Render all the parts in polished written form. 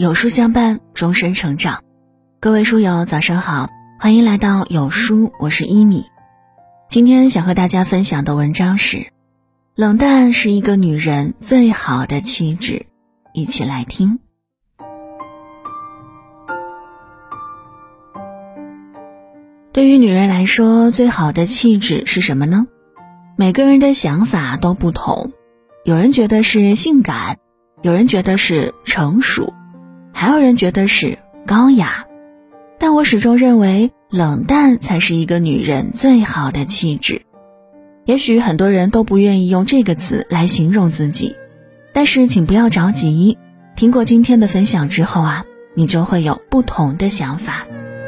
有书相伴，终身成长。各位书友早上好，欢迎来到有书，我是一米。今天想和大家分享的文章是冷淡是一个女人最好的气质，一起来听。对于女人来说，最好的气质是什么呢？每个人的想法都不同，有人觉得是性感，有人觉得是成熟，还有人觉得是高雅。但我始终认为冷淡才是一个女人最好的气质。也许很多人都不愿意用这个词来形容自己，但是请不要着急，听过今天的分享之后你就会有不同的想法。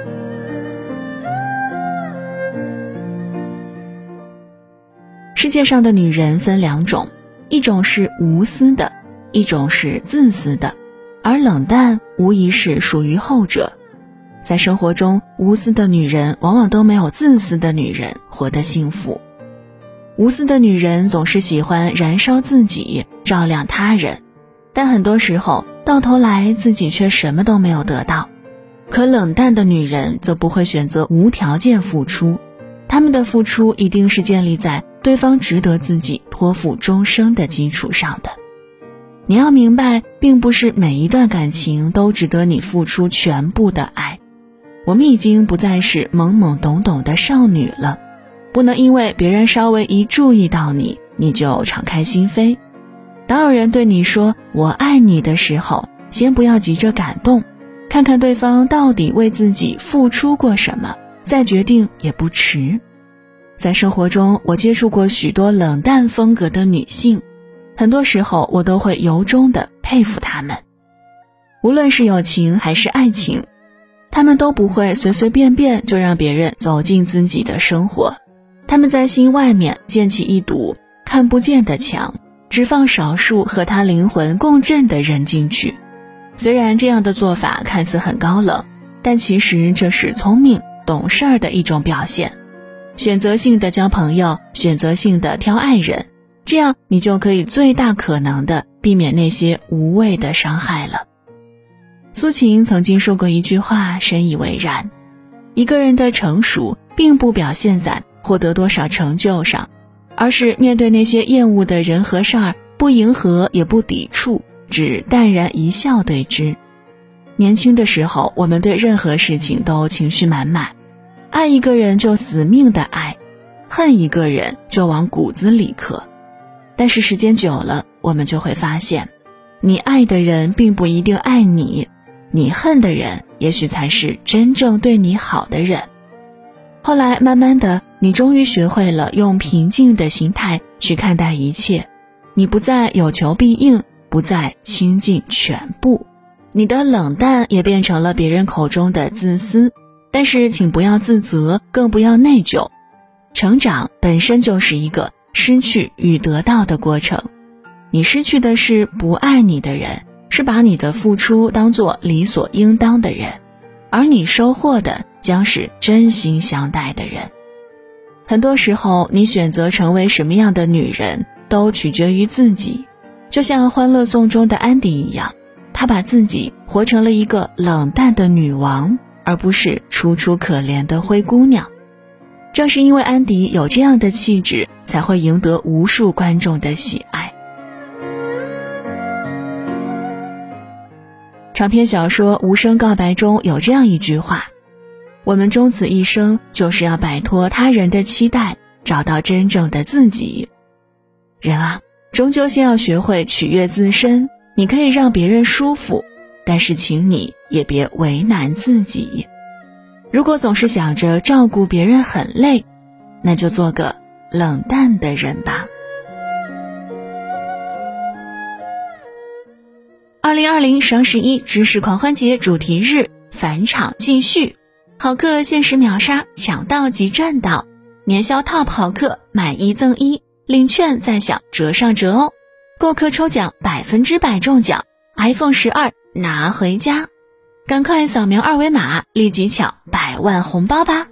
世界上的女人分两种，一种是无私的，一种是自私的，而冷淡无疑是属于后者。在生活中，无私的女人往往都没有自私的女人活得幸福。无私的女人总是喜欢燃烧自己，照亮他人，但很多时候到头来自己却什么都没有得到。可冷淡的女人则不会选择无条件付出，她们的付出一定是建立在对方值得自己托付终生的基础上的。你要明白，并不是每一段感情都值得你付出全部的爱。我们已经不再是懵懵懂懂的少女了，不能因为别人稍微一注意到你，你就敞开心扉。当有人对你说我爱你的时候，先不要急着感动，看看对方到底为自己付出过什么，再决定也不迟。在生活中，我接触过许多冷淡风格的女性，很多时候我都会由衷地佩服她们。无论是友情还是爱情，她们都不会随随便便就让别人走进自己的生活。她们在心外面建起一堵看不见的墙，只放少数和她灵魂共振的人进去。虽然这样的做法看似很高冷，但其实这是聪明懂事儿的一种表现。选择性的交朋友，选择性的挑爱人，这样你就可以最大可能的避免那些无谓的伤害了。苏秦曾经说过一句话，深以为然：一个人的成熟并不表现在获得多少成就上，而是面对那些厌恶的人和事儿，不迎合也不抵触，只淡然一笑对之。年轻的时候，我们对任何事情都情绪满满，爱一个人就死命的爱，恨一个人就往骨子里刻。但是时间久了，我们就会发现，你爱的人并不一定爱你，你恨的人也许才是真正对你好的人。后来慢慢的，你终于学会了用平静的心态去看待一切，你不再有求必应，不再倾尽全部，你的冷淡也变成了别人口中的自私。但是请不要自责，更不要内疚。成长本身就是一个失去与得到的过程，你失去的是不爱你的人，是把你的付出当作理所应当的人，而你收获的将是真心相待的人。很多时候，你选择成为什么样的女人都取决于自己，就像《欢乐颂》中的安迪一样，她把自己活成了一个冷淡的女王，而不是楚楚可怜的灰姑娘。正是因为安迪有这样的气质，才会赢得无数观众的喜爱。长篇小说《无声告白》中有这样一句话：我们终此一生，就是要摆脱他人的期待，找到真正的自己。人终究先要学会取悦自身，你可以让别人舒服，但是请你也别为难自己。如果总是想着照顾别人很累，那就做个冷淡的人吧。2020双11知识狂欢节主题日返场继续，好课限时秒杀，抢到即赚到，年宵 TOP 好课买1赠1，领券再享折上折哦。购课抽奖100%中奖， iPhone 12拿回家。赶快扫描二维码，立即抢100万红包吧。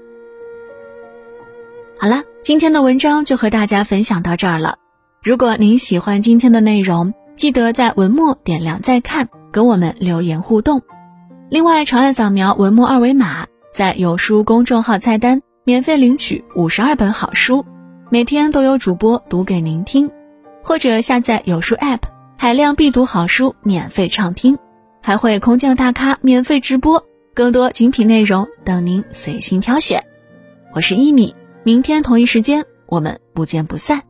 好了，今天的文章就和大家分享到这儿了。如果您喜欢今天的内容，记得在文末点亮再看， 跟我们留言互动。另外，长按扫描文末二维码，在有书公众号菜单免费领取52本好书，每天都有主播读给您听，或者下载有书 App， 海量必读好书免费畅听，还会空降大咖免费直播，更多精品内容等您随心挑选。我是一米，明天同一时间我们不见不散。